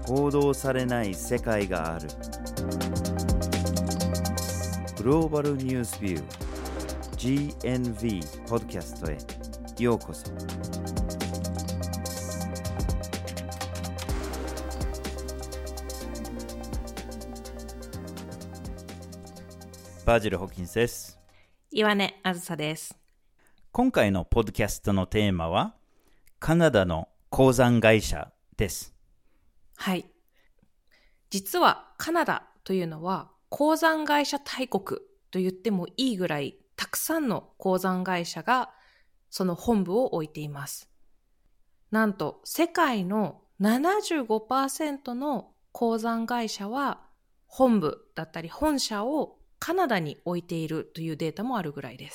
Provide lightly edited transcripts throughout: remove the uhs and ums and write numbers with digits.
報道されない世界がある。グローバルニュースビュー GNV ポッドキャストへようこそ。バージル・ホキンスです。 岩根あずさです。 今回のポッドキャストのテーマはカナダの鉱山会社です。 はい。実はカナダというのは鉱山会社大国と言ってもいいぐらいたくさんの鉱山会社がその本部を置いています。なんと世界の 75% の鉱山会社は本部だったり本社をカナダに置いているというデータもあるぐらいです。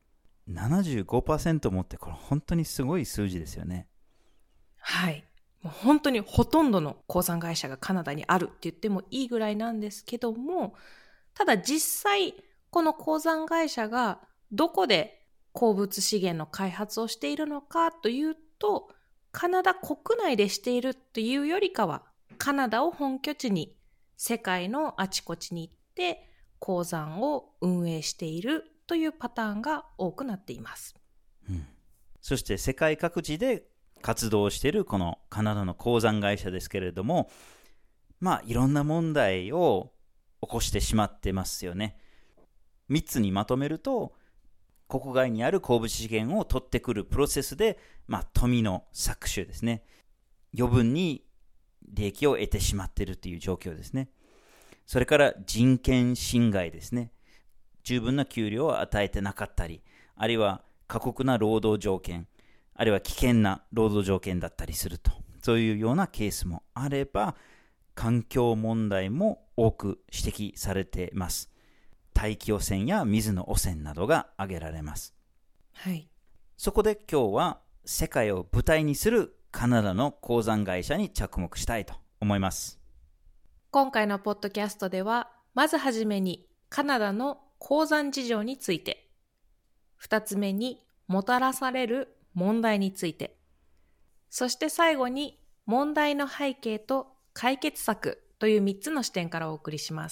75% もってこれ本当にすごい数字ですよね。 はい。もう本当にほとんどの鉱山会社がカナダにあるって言ってもいいぐらいなんですけども、ただ実際この鉱山会社がどこで鉱物資源の開発をしているのかというと、カナダ国内でしているというよりかは、カナダを本拠地に世界のあちこちに行って鉱山を運営しているというパターンが多くなっています。 そして世界各地で活動しているこのカナダの鉱山会社ですけれども、いろんな問題を起こしてしまってますよね。3つにまとめると、国外にある鉱物資源を取ってくるプロセスで、富の搾取ですね。余分に利益を得てしまっているという状況ですね。それから人権侵害ですね。十分な給料を与えてなかったり、あるいは過酷な労働条件、あるいは危険な労働条件だったりすると、そういうようなケースもあれば、環境問題も多く指摘されています。大気汚染や水の汚染などが挙げられます。 はい。 そこで今日は世界を舞台にするカナダの鉱山会社に着目したいと思います。 今回のポッドキャストでは、まずはじめにカナダの鉱山事情について、2つ目にもたらされる問題について、そして最後に問題の背景と解決策という3つの視点からお送りします。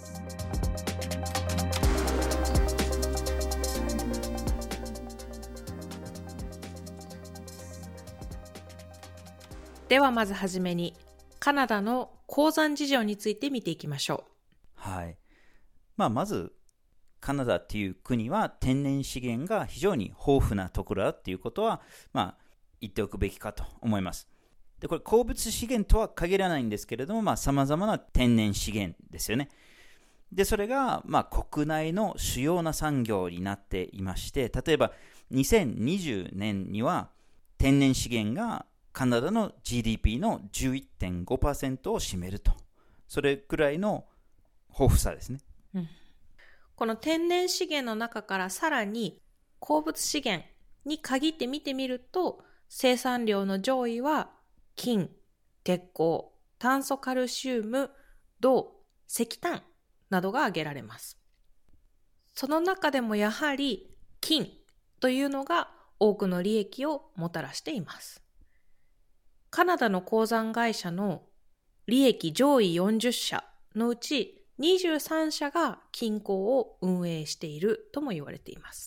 ではまずはじめにカナダの鉱山事情について見ていきましょう。 はい。まずカナダっていう国は天然資源が非常に豊富なところだっていうことは、言っておくべきかと思います。で、これ鉱物資源とは限らないんですけれども、様々な天然資源ですよね。で、それが、国内の主要な産業になっていまして、例えば2020年には天然資源がカナダの GDP の 11.5% を占めると。それくらいの豊富さですね。 この天然資源の中からさらに鉱物資源に限って見てみると、生産量の上位は金、鉄鉱、炭素カルシウム、銅、石炭などが挙げられます。その中でもやはり金というのが多くの利益をもたらしています。カナダの鉱山会社の利益上位40社のうち23社が金鉱を運営しているとも言われています。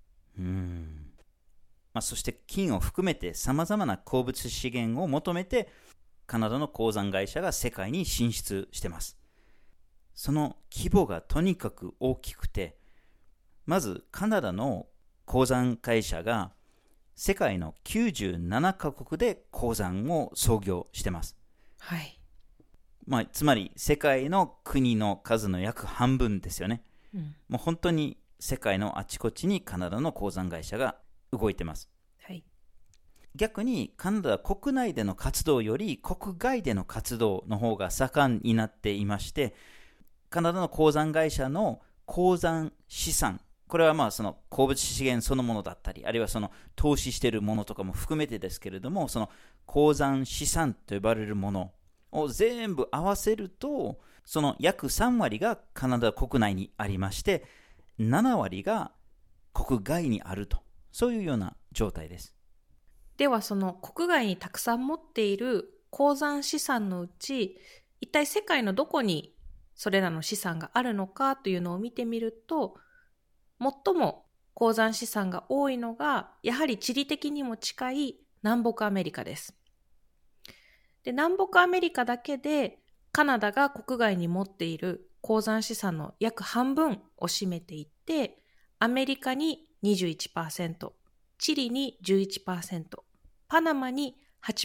そして金を含めて様々な鉱物資源を求めてカナダの鉱山会社が世界に進出しています。その規模がとにかく大きくて、まずカナダの鉱山会社が世界の97カ国で鉱山を操業しています。 はい。 つまり世界の国の数の約半分ですよね。もう本当に世界のあちこちにカナダの鉱山会社が動いてます。 はい。 逆にカナダ国内での活動より国外での活動の方が盛んになっていまして、カナダの鉱山会社の鉱山資産、これはその鉱物資源そのものだったり、あるいはその投資しているものとかも含めてですけれども、その鉱山資産と呼ばれるものを全部合わせると、その約3割がカナダ国内にありまして、7割が国外にあると、そういうような状態です。 ではその国外にたくさん持っている鉱山資産のうち、一体世界のどこにそれらの資産があるのかというのを見てみると、最も鉱山資産が多いのが、やはり地理的にも近い南北アメリカです。で、南北アメリカだけでカナダが国外に持っている鉱山資産の約半分を占めていて、アメリカに 21%、チリに 11%、パナマに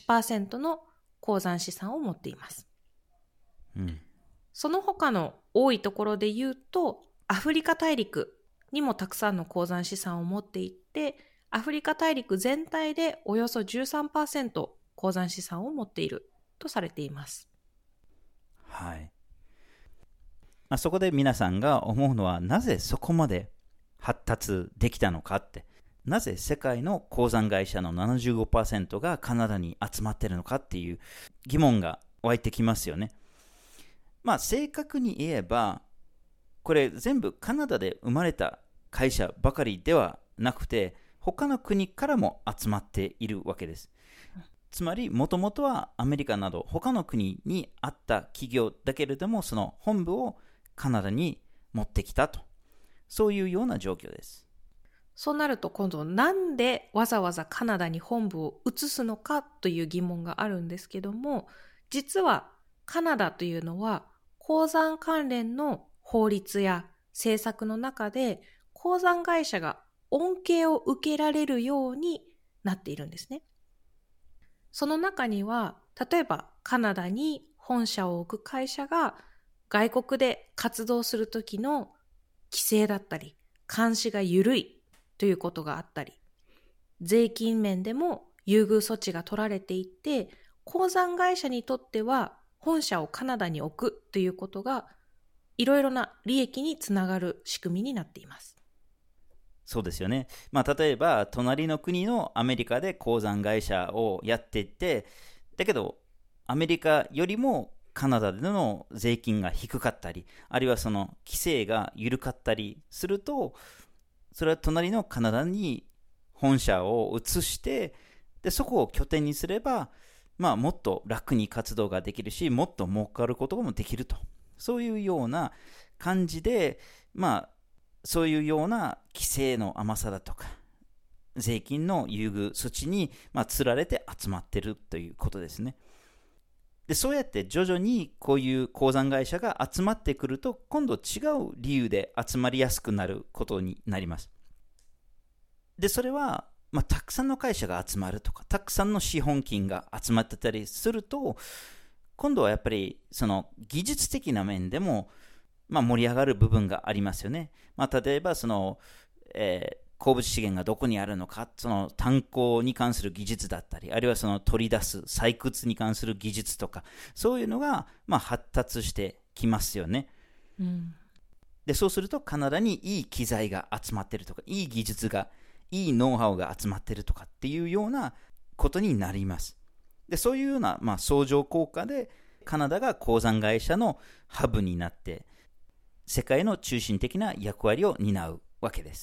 8% の鉱山資産を持っています。その他の多いところで言うと、アフリカ大陸にもたくさんの鉱山資産を持っていて、アフリカ大陸全体でおよそ 13% 鉱山資産を持っているとされています。 はい。そこで皆さんが思うのは、なぜそこまで発達できたのかって、なぜ世界の鉱山会社の 75% がカナダに集まっているのかっていう疑問が湧いてきますよね。正確に言えば、これ全部カナダで生まれた会社ばかりではなくて、他の国からも集まっているわけです。つまり、もともとはアメリカなど他の国にあった企業だけれども、その本部をカナダに持ってきたと。そういうような状況です。 そうなると今度、なんでわざわざカナダに本部を移すのかという疑問があるんですけども、実はカナダというのは鉱山関連の法律や政策の中で鉱山会社が恩恵を受けられるようになっているんですね。その中には、例えばカナダに本社を置く会社が外国で活動するときの規制だったり監視が緩いということがあったり、税金面でも優遇措置が取られていて、鉱山会社にとっては本社をカナダに置くということがいろいろな利益につながる仕組みになっています。 そうですよね。例えば隣の国のアメリカで鉱山会社をやっていて、だけどアメリカよりもカナダでの税金が低かったり、あるいはその規制が緩かったりすると、それは隣のカナダに本社を移して、でそこを拠点にすれば、もっと楽に活動ができるし、もっと儲かることもできると。そういうような感じで、そういうような規制の甘さだとか、税金の優遇措置につられて集まっているということですね。で、そうやって徐々にこういう鉱山会社が集まってくると、今度違う理由で集まりやすくなることになります。で、それは、たくさんの会社が集まるとか、たくさんの資本金が集まってたりすると、今度はやっぱりその技術的な面でも、盛り上がる部分がありますよね。例えばその、鉱物資源がどこにあるのか、その炭鉱に関する技術だったり、あるいはその取り出す採掘に関する技術とか、そういうのが発達してきますよね。で、そうするとカナダにいい機材が集まってるとか、いい技術が、いいノウハウが集まってるとかっていうようなことになります。で、そういうような相乗効果でカナダが鉱山会社のハブになって世界の中心的な役割を担うわけです。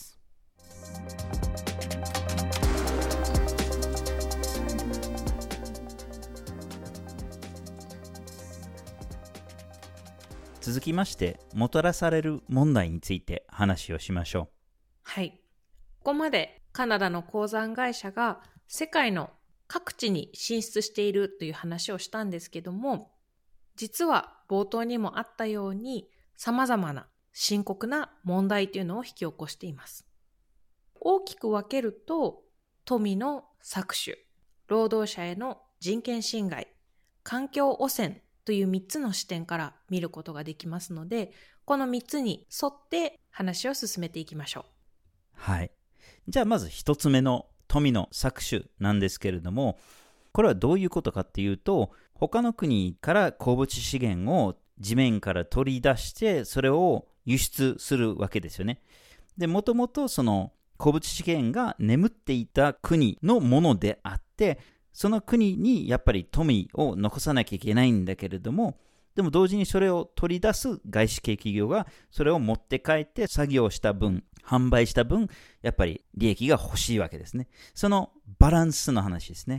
続きましてもたらされる問題について話をしましょう。 はい。ここまでカナダの鉱山会社が世界の各地に進出しているという話をしたんですけども、実は冒頭にもあったように様々な深刻な問題というのを引き起こしています。大きく分けると、富の搾取、労働者への人権侵害、環境汚染という3つの視点から見ることができますので、この3つに沿って話を進めていきましょう。 はい。じゃあまず1つ目の富の搾取なんですけれども、これはどういうことかっていうと、他の国から鉱物資源を地面から取り出してそれを輸出するわけですよね。で、もともとその鉱物資源が眠っていた国のものであって、その国にやっぱり富を残さなきゃいけないんだけれども、でも同時にそれを取り出す外資系企業がそれを持って帰って作業した分、販売した分、やっぱり利益が欲しいわけですね。そのバランスの話ですね。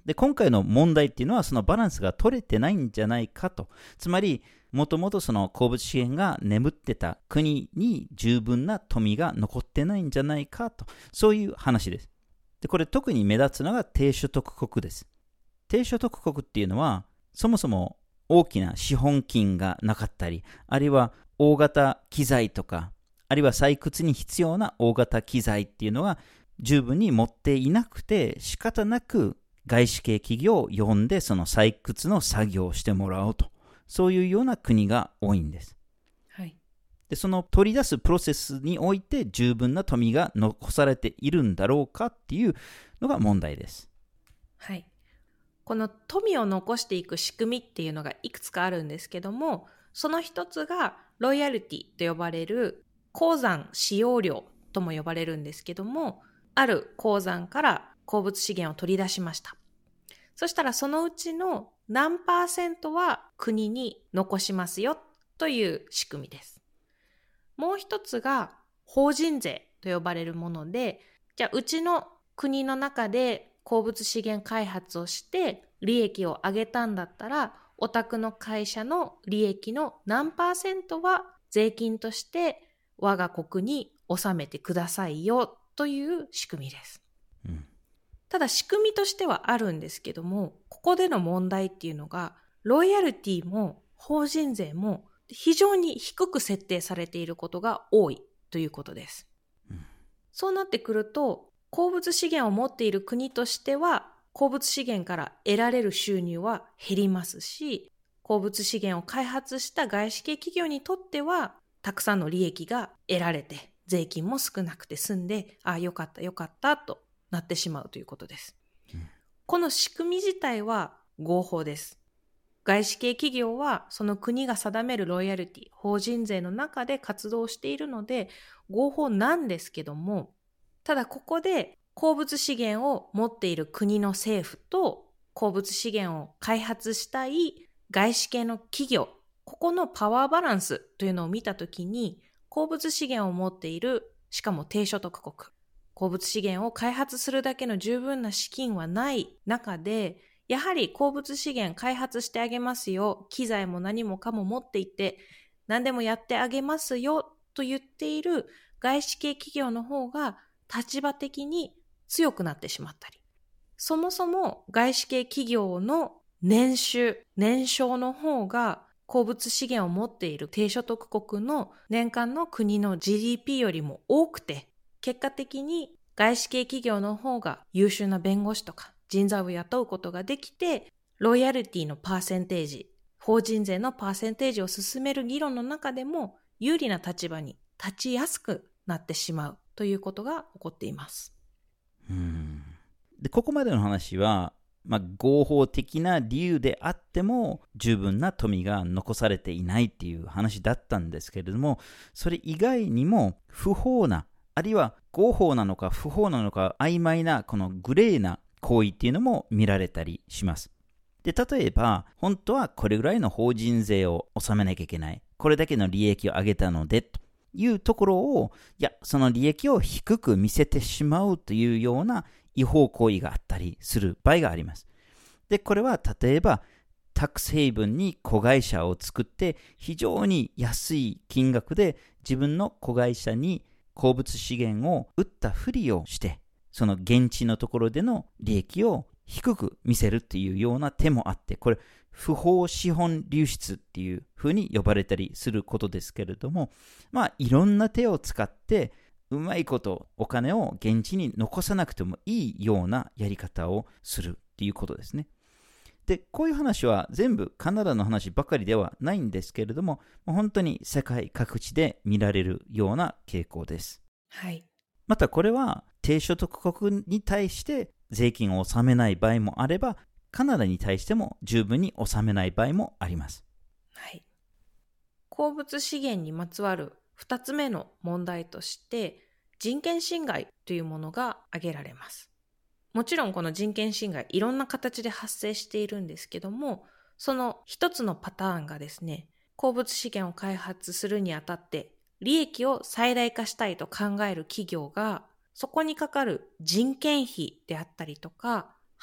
で、今回の問題っていうのはそのバランスが取れてないんじゃないかと。つまり、もともとその鉱物資源が眠ってた国に十分な富が残ってないんじゃないかと。そういう話です。で、これ特に目立つのが低所得国です。低所得国っていうのは、そもそも大きな資本金がなかったり、あるいは大型機材とか、あるいは採掘に必要な大型機材っていうのは十分に持っていなくて、仕方なく外資系企業を呼んでその採掘の作業をしてもらおうと。そういうような国が多いんです。 はい。 で、その取り出すプロセスにおいて十分な富が残されているんだろうかっていうのが問題です。 はい。この富を残していく仕組みっていうのがいくつかあるんですけども、その一つがロイヤリティと呼ばれる鉱山使用料とも呼ばれるんですけども、ある鉱山から鉱物資源を取り出しました。そしたらそのうちの何%は国に残しますよという仕組みです。もう一つが法人税と呼ばれるもので、じゃあうちの国の中で鉱物資源開発をして利益を上げたんだったら、お宅の会社の利益の何%は税金として我が国に納めてくださいよという仕組みです。ただ仕組みとしてはあるんですけども、ここでの問題っていうのが、ロイヤルティも法人税も非常に低く設定されていることが多いということです。そうなってくると、鉱物資源を持っている国としては、鉱物資源から得られる収入は減りますし、鉱物資源を開発した外資系企業にとっては、たくさんの利益が得られて、税金も少なくて済んで、よかったよかったとなってしまうということです。この仕組み自体は合法です。外資系企業はその国が定めるロイヤリティ、法人税の中で活動しているので合法なんですけども、ただここで鉱物資源を持っている国の政府と鉱物資源を開発したい外資系の企業、ここのパワーバランスというのを見たときに、鉱物資源を持っている、しかも低所得国、鉱物資源を開発するだけの十分な資金はない中で、やはり鉱物資源開発してあげますよ、機材も何もかも持っていて何でもやってあげますよと言っている外資系企業の方が立場的に強くなってしまったり、そもそも外資系企業の年商の方が鉱物資源を持っている低所得国の年間の国の GDP よりも多くて、結果的に外資系企業の方が優秀な弁護士とか人材を雇うことができて、ロイヤリティのパーセンテージ、法人税のパーセンテージを進める議論の中でも有利な立場に立ちやすくなってしまうということが起こっています。 で、ここまでの話は、合法的な理由であっても十分な富が残されていないっていう話だったんですけれども、それ以外にも不法な、あるいは合法なのか不法なのか曖昧なこのグレーな行為っていうのも見られたりします。で、例えば本当はこれぐらいの法人税を納めなきゃいけない、これだけの利益を上げたのでというところを、その利益を低く見せてしまうというような違法行為があったりする場合があります。で、これは例えばタックスヘイブンに子会社を作って非常に安い金額で自分の子会社に鉱物資源を売ったふりをして、その現地のところでの利益を低く見せるっていうような手もあって、これ不法資本流出っていうふうに呼ばれたりすることですけれども、いろんな手を使ってうまいことお金を現地に残さなくてもいいようなやり方をするっていうことですね。で、こういう話は全部カナダの話ばかりではないんですけれども、本当に世界各地で見られるような傾向です。 はい。 またこれは低所得国に対して税金を納めない場合もあれば、カナダに対しても十分に納めない場合もあります。 はい。鉱物資源にまつわる2つ目の問題として人権侵害というものが挙げられます。もちろんこの人権侵害いろんな形で発生しているんですけども、その一つのパターンがですね、鉱物資源を開発するにあたって利益を最大化したいと考える企業が、そこにかかる人件費であったりとか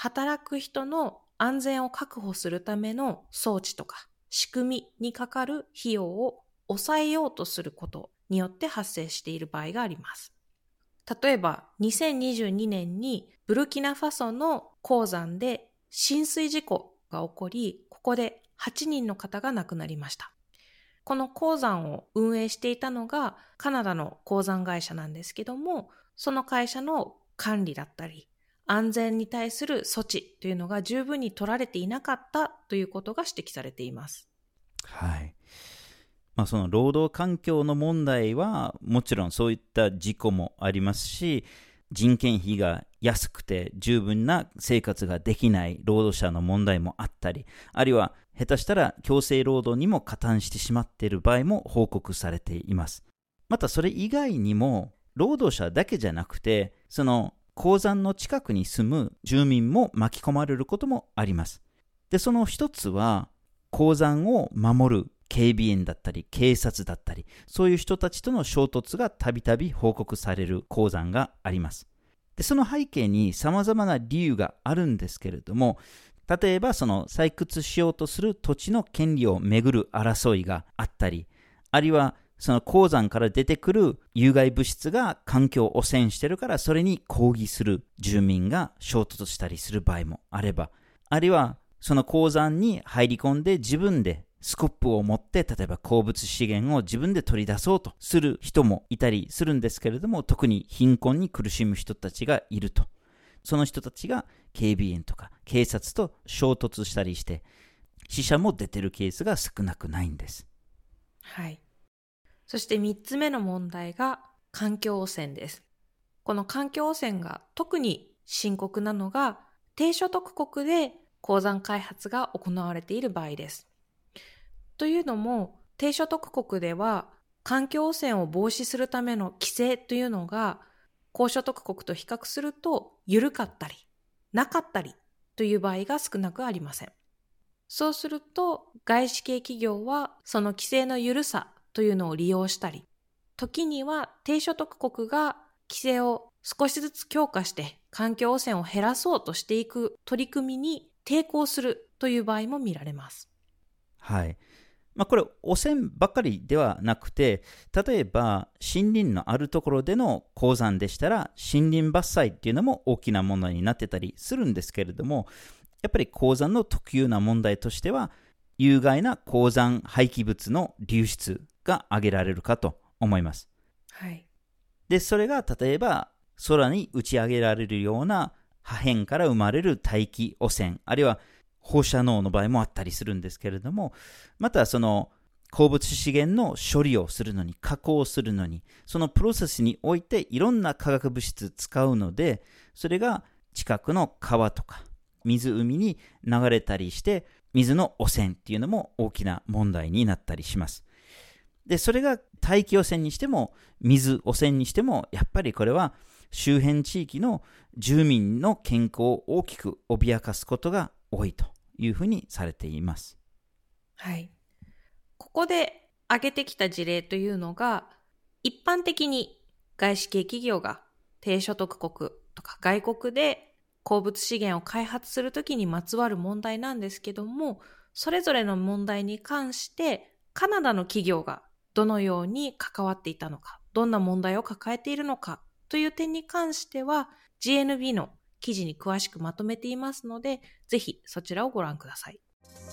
働く人の安全を確保するための装置とか仕組みにかかる費用を抑えようとすることによって発生している場合があります。例えば2022年にブルキナファソの鉱山で浸水事故が起こり、ここで8人の方が亡くなりました。この鉱山を運営していたのがカナダの鉱山会社なんですけども、その会社の管理だったり安全に対する措置というのが十分に取られていなかったということが指摘されています。 はい。その労働環境の問題はもちろんそういった事故もありますし、人件費が安くて十分な生活ができない労働者の問題もあったり、あるいは下手したら強制労働にも加担してしまっている場合も報告されています。またそれ以外にも労働者だけじゃなくて、その鉱山の近くに住む住民も巻き込まれることもあります。で、その一つは鉱山を守る警備員だったり警察だったり、そういう人たちとの衝突がたびたび報告される鉱山があります。で、その背景に様々な理由があるんですけれども、例えばその採掘しようとする土地の権利をめぐる争いがあったり、あるいはその鉱山から出てくる有害物質が環境を汚染してるから、それに抗議する住民が衝突したりする場合もあれば、あるいはその鉱山に入り込んで自分でスコップを持って例えば鉱物資源を自分で取り出そうとする人もいたりするんですけれども、特に貧困に苦しむ人たちがいると。その人たちが警備員とか警察と衝突したりして死者も出てるケースが少なくないんです。 はい。そして3つ目の問題が環境汚染です。この環境汚染が特に深刻なのが低所得国で鉱山開発が行われている場合です。というのも、低所得国では環境汚染を防止するための規制というのが高所得国と比較すると緩かったりなかったりという場合が少なくありません。そうすると外資系企業はその規制の緩さというのを利用したり、時には低所得国が規制を少しずつ強化して環境汚染を減らそうとしていく取り組みに抵抗するという場合も見られます。 はい。これ汚染ばかりではなくて、例えば森林のあるところでの鉱山でしたら森林伐採っていうのも大きな問題になってたりするんですけれども、やっぱり鉱山の特有な問題としては有害な鉱山廃棄物の流出が挙げられるかと思います。 はい。 で、それが例えば空に打ち上げられるような破片から生まれる大気汚染、あるいは放射能の場合もあったりするんですけれども、またその鉱物資源の処理をするのに、加工するのに、そのプロセスにおいていろんな化学物質使うので、それが近くの川とか湖に流れたりして水の汚染っていうのも大きな問題になったりします。で、それが大気汚染にしても水汚染にしても、やっぱりこれは周辺地域の住民の健康を大きく脅かすことが多いというふうにされています。 はい。ここで挙げてきた事例というのが、一般的に外資系企業が低所得国とか外国で鉱物資源を開発するときにまつわる問題なんですけども、それぞれの問題に関してカナダの企業がどのように関わっていたのか、どんな問題を抱えているのかという点に関しては GNB の記事に詳しくまとめていますので、ぜひそちらをご覧ください。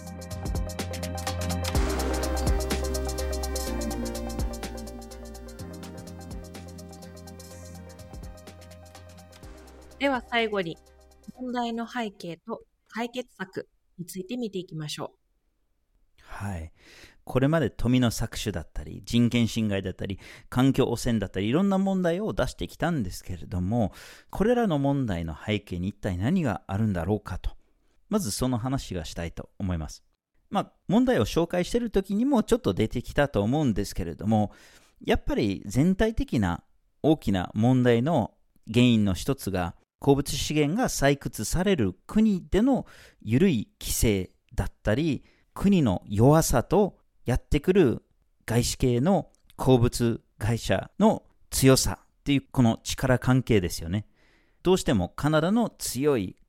では最後に問題の背景と解決策について見ていきましょう。 はい。これまで富の搾取だったり、人権侵害だったり、環境汚染だったり、いろんな問題を出してきたんですけれども、これらの問題の背景に一体何があるんだろうかと。まずその話がしたいと思います。問題を紹介している時にもちょっと出てきたと思うんですけれども、やっぱり全体的な大きな問題の原因の一つが、鉱物資源が採掘される国での緩い規制だったり、国の弱さとやってくる外資系の鉱物会社の強さっていうこの力関係ですよね。どうしてもカナダの強い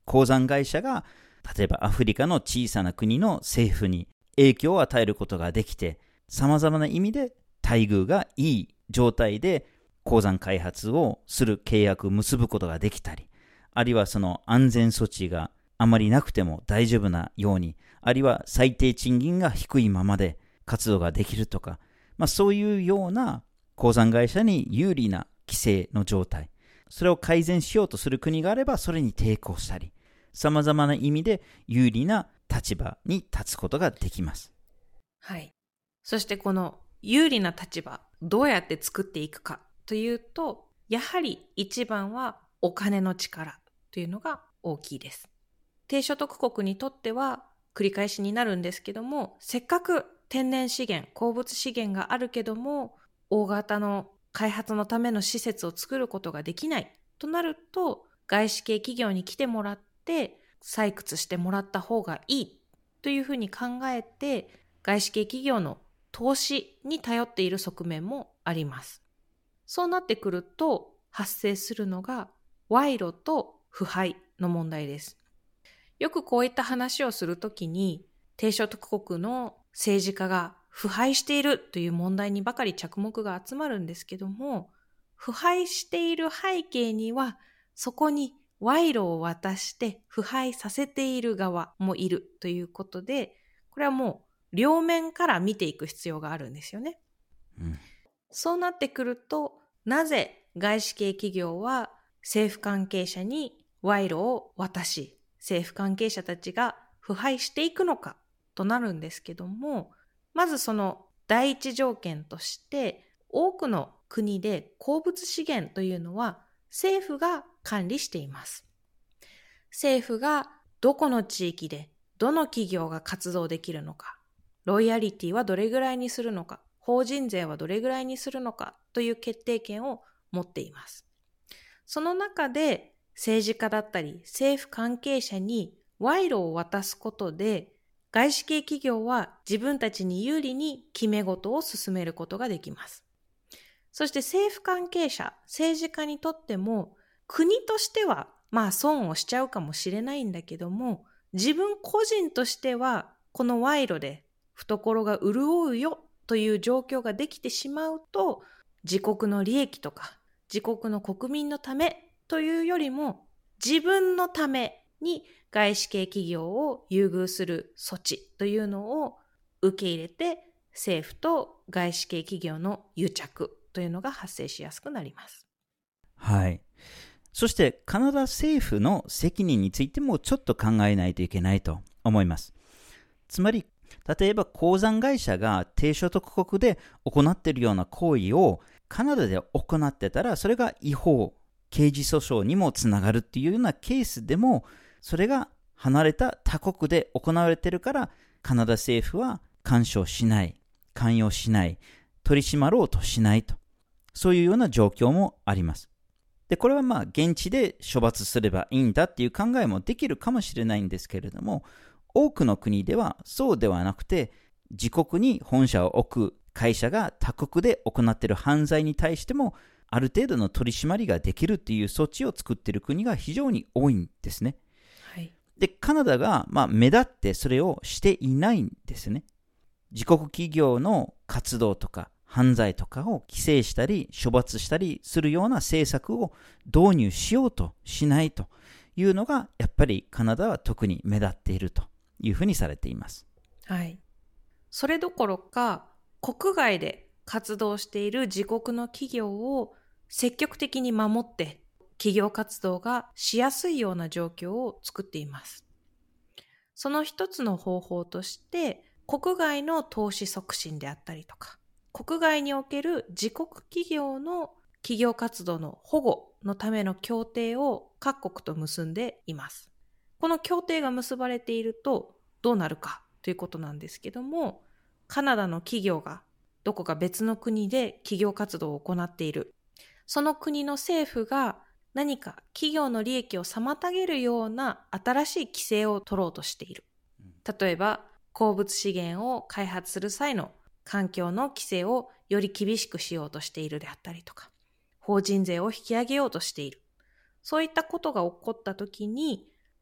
鉱山会社が例えばアフリカの小さな国の政府に影響を与えることができて、様々な意味で待遇がいい状態で鉱山開発をする契約を結ぶことができたり、あるいはその安全措置があまりなくても大丈夫なように、あるいは最低賃金が低いままで活動ができるとか、そういうような鉱山会社に有利な規制の状態、それを改善しようとする国があればそれに抵抗したり、様々な意味で有利な立場に立つことができます。 はい。そしてこの有利な立場、どうやって作っていくかというと、やはり一番はお金の力というのが大きいです。低所得国にとっては繰り返しになるんですけども、せっかく天然資源、鉱物資源があるけども、大型の開発のための施設を作ることができないとなると、外資系企業に来てもらって採掘してもらった方がいいというふうに考えて、外資系企業の投資に頼っている側面もあります。そうなってくると発生するのが賄賂と腐敗の問題です。よくこういった話をするときに、低所得国の政治家が腐敗しているという問題にばかり着目が集まるんですけども、腐敗している背景には、そこに賄賂を渡して腐敗させている側もいるということで、これはもう両面から見ていく必要があるんですよね。そうなってくると、なぜ外資系企業は政府関係者に賄賂を渡し、政府関係者たちが腐敗していくのかとなるんですけども、まずその第一条件として、多くの国で鉱物資源というのは政府が管理しています。政府がどこの地域でどの企業が活動できるのか、ロイヤリティはどれぐらいにするのか、法人税はどれぐらいにするのかという決定権を持っています。その中で政治家だったり政府関係者に賄賂を渡すことで、外資系企業は自分たちに有利に決め事を進めることができます。そして政府関係者、政治家にとっても、国としては損をしちゃうかもしれないんだけども、自分個人としてはこの賄賂で懐が潤うよという状況ができてしまうと、自国の利益とか自国の国民のためというよりも、自分のために外資系企業を優遇する措置というのを受け入れて、政府と外資系企業の癒着というのが発生しやすくなります。 はい。そしてカナダ政府の責任についてもちょっと考えないといけないと思います。つまり、例えば鉱山会社が低所得国で行っているような行為をカナダで行ってたら、それが違法、刑事訴訟にもつながるっていうようなケースでも、それが離れた他国で行われているから、カナダ政府は干渉しない、関与しない、取り締まろうとしないと、そういうような状況もあります。で、これは現地で処罰すればいいんだっていう考えもできるかもしれないんですけれども、多くの国ではそうではなくて、自国に本社を置く会社が他国で行っている犯罪に対しても、ある程度の取り締まりができるっていう措置を作っている国が非常に多いんですね。 はい、 で、カナダが目立ってそれをしていないんですね。自国企業の活動とか犯罪とかを規制したり処罰したりするような政策を導入しようとしないというのが、やっぱりカナダは特に目立っているというふうにされています。 はい。それどころか、国外で活動している自国の企業を積極的に守って企業活動がしやすいような状況を作っています。その一つの方法として、国外の投資促進であったりとか、国外における自国企業の企業活動の保護のための協定を各国と結んでいます。この協定が結ばれているとどうなるかということなんですけども、カナダの企業がどこか別の国で企業活動を行っている。その国の政府が何か企業の利益を妨げるような新しい規制を取ろうとしている。例えば、鉱物資源を開発する際の環境の規制をより厳しくしようとしているであったりとか、法人税を引き上げようとしている。そういったことが起こったときに、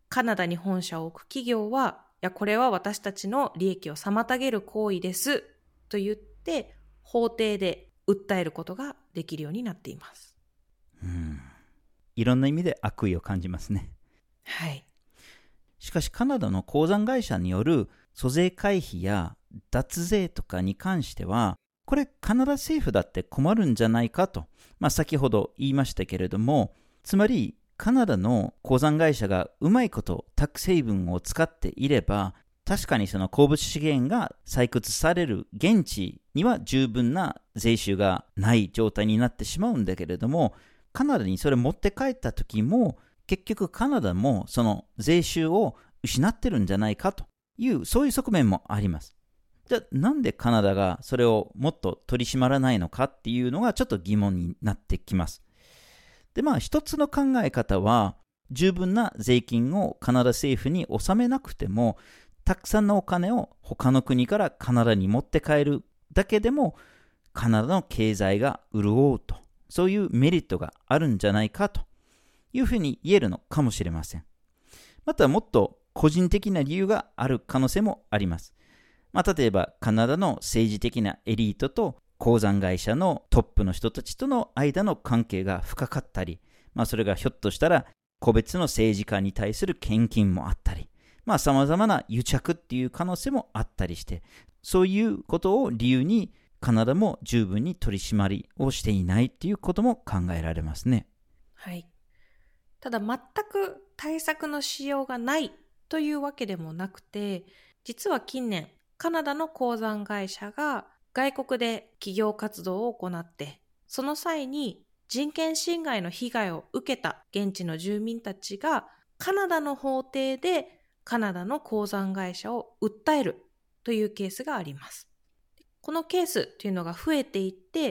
カナダに本社を置く企業は、いや、これは私たちの利益を妨げる行為ですと言って、法廷で訴えることができるようになっています。 いろんな意味で悪意を感じますね。 はい。 しかしカナダの鉱山会社による租税回避や脱税とかに関しては、これカナダ政府だって困るんじゃないかと、先ほど言いましたけれども、つまりカナダの鉱山会社がうまいことタックスヘイブンを使っていれば、確かにその鉱物資源が採掘される現地には十分な税収がない状態になってしまうんだけれども、カナダにそれ持って帰った時も結局カナダもその税収を失ってるんじゃないかというそういう側面もあります。じゃあなんでカナダがそれをもっと取り締まらないのかっていうのがちょっと疑問になってきます。で一つの考え方は、十分な税金をカナダ政府に納めなくてもたくさんのお金を他の国からカナダに持って帰るだけでもカナダの経済が潤うと、そういうメリットがあるんじゃないかというふうに言えるのかもしれません。またもっと個人的な理由がある可能性もあります。例えばカナダの政治的なエリートと鉱山会社のトップの人たちとの間の関係が深かったり、それがひょっとしたら個別の政治家に対する献金もあったり、様々な癒着っていう可能性もあったりして、そういうことを理由にカナダも十分に取り締まりをしていないっていうことも考えられますね。 はい。ただ全く対策のしようがないというわけでもなくて、実は近年カナダの鉱山会社が外国で企業活動を行って、その際に人権侵害の被害を受けた現地の住民たちがカナダの法廷でカナダの鉱山会社を訴えるというケースがあります。このケースというのが増えていって、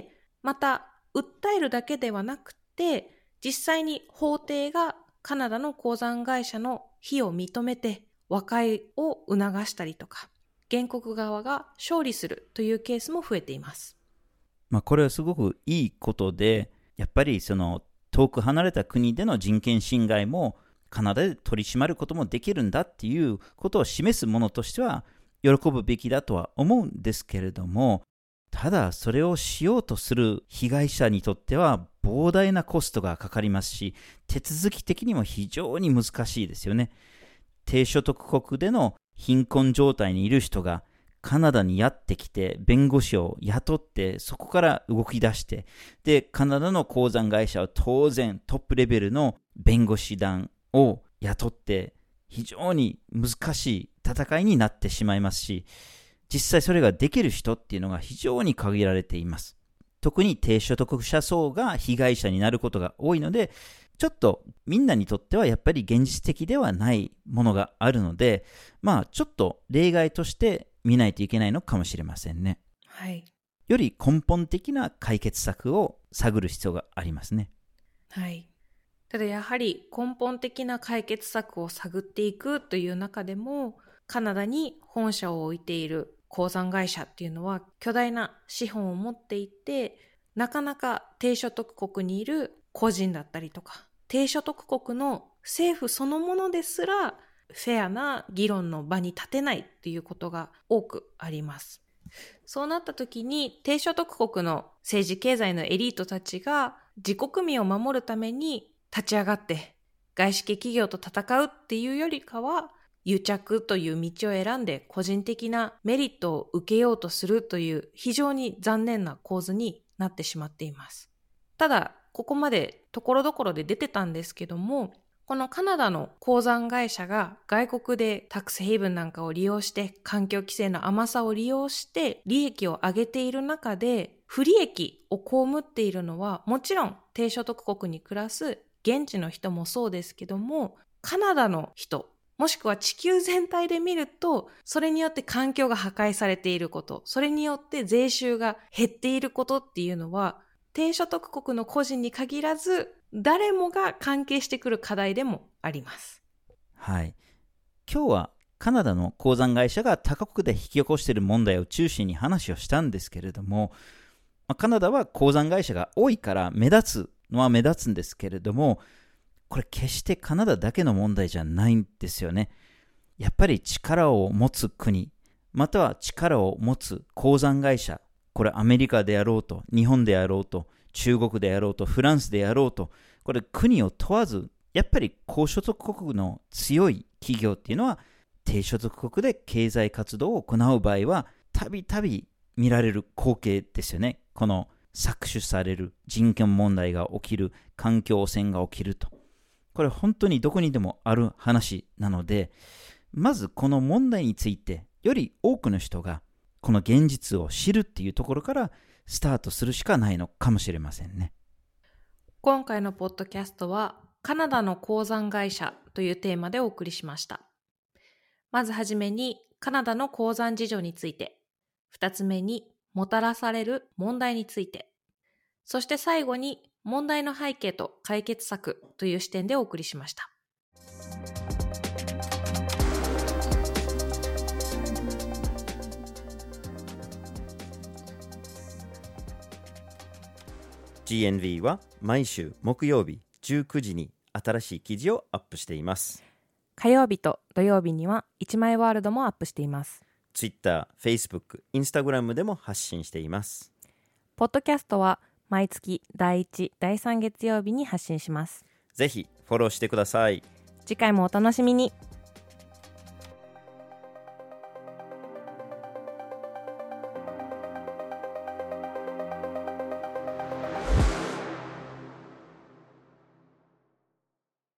また訴えるだけではなくて、実際に法廷がカナダの鉱山会社の非を認めて和解を促したりとか、原告側が勝利するというケースも増えています。 これはすごくいいことで、やっぱりその遠く離れた国での人権侵害もカナダで取り締まることもできるんだっていうことを示すものとしては喜ぶべきだとは思うんですけれども、ただそれをしようとする被害者にとっては膨大なコストがかかりますし、手続き的にも非常に難しいですよね。低所得国での貧困状態にいる人がカナダにやってきて弁護士を雇って、そこから動き出して、でカナダの鉱山会社は当然トップレベルの弁護士団を雇って非常に難しい戦いになってしまいますし、実際それができる人っていうのが非常に限られています。特に低所得者層が被害者になることが多いので、ちょっとみんなにとってはやっぱり現実的ではないものがあるので、ちょっと例外として見ないといけないのかもしれませんね。 はい。 より根本的な解決策を探る必要がありますね。 はい。ただやはり根本的な解決策を探っていくという中でも、カナダに本社を置いている鉱山会社っていうのは巨大な資本を持っていて、なかなか低所得国にいる個人だったりとか、低所得国の政府そのものですらフェアな議論の場に立てないっていうことが多くあります。そうなった時に低所得国の政治経済のエリートたちが自国民を守るために立ち上がって外資系企業と戦うっていうよりかは、癒着という道を選んで個人的なメリットを受けようとするという非常に残念な構図になってしまっています。ただここまでところどころで出てたんですけども、このカナダの鉱山会社が外国でタックスヘイブンなんかを利用して環境規制の甘さを利用して利益を上げている中で、不利益を被っているのはもちろん低所得国に暮らす現地の人もそうですけども、カナダの人もしくは地球全体で見ると、それによって環境が破壊されていること、それによって税収が減っていることっていうのは、低所得国の個人に限らず、誰もが関係してくる課題でもあります。 はい。今日はカナダの鉱山会社が他国で引き起こしている問題を中心に話をしたんですけれども、カナダは鉱山会社が多いから目立つのは目立つんですけれども、 これ決してカナダだけの問題じゃないんですよね。やっぱり力を持つ国、または力を持つ鉱山会社、これアメリカであろうと、日本であろうと、中国であろうと、フランスであろうと、これ国を問わず、やっぱり高所得国の強い企業っていうのは、低所得国で経済活動を行う場合は、たびたび見られる光景ですよね。この搾取される人権問題が起きる、環境汚染が起きると。これ本当にどこにでもある話なので、まずこの問題について、より多くの人がこの現実を知るっていうところからスタートするしかないのかもしれませんね。 今回のポッドキャストはカナダの鉱山会社というテーマでお送りしました。まずはじめにカナダの鉱山事情について、2つ目にもたらされる問題について、そして最後に問題の背景と解決策という視点でお送りしました。 GNV は毎週木曜日19時に新しい記事をアップしています。 火曜日と土曜日には1枚ワールドもアップしています。 Twitter、Facebook、Instagram でも発信しています。 ポッドキャストは毎月第1、第3月曜日に発信します。 ぜひフォローしてください。 次回もお楽しみに。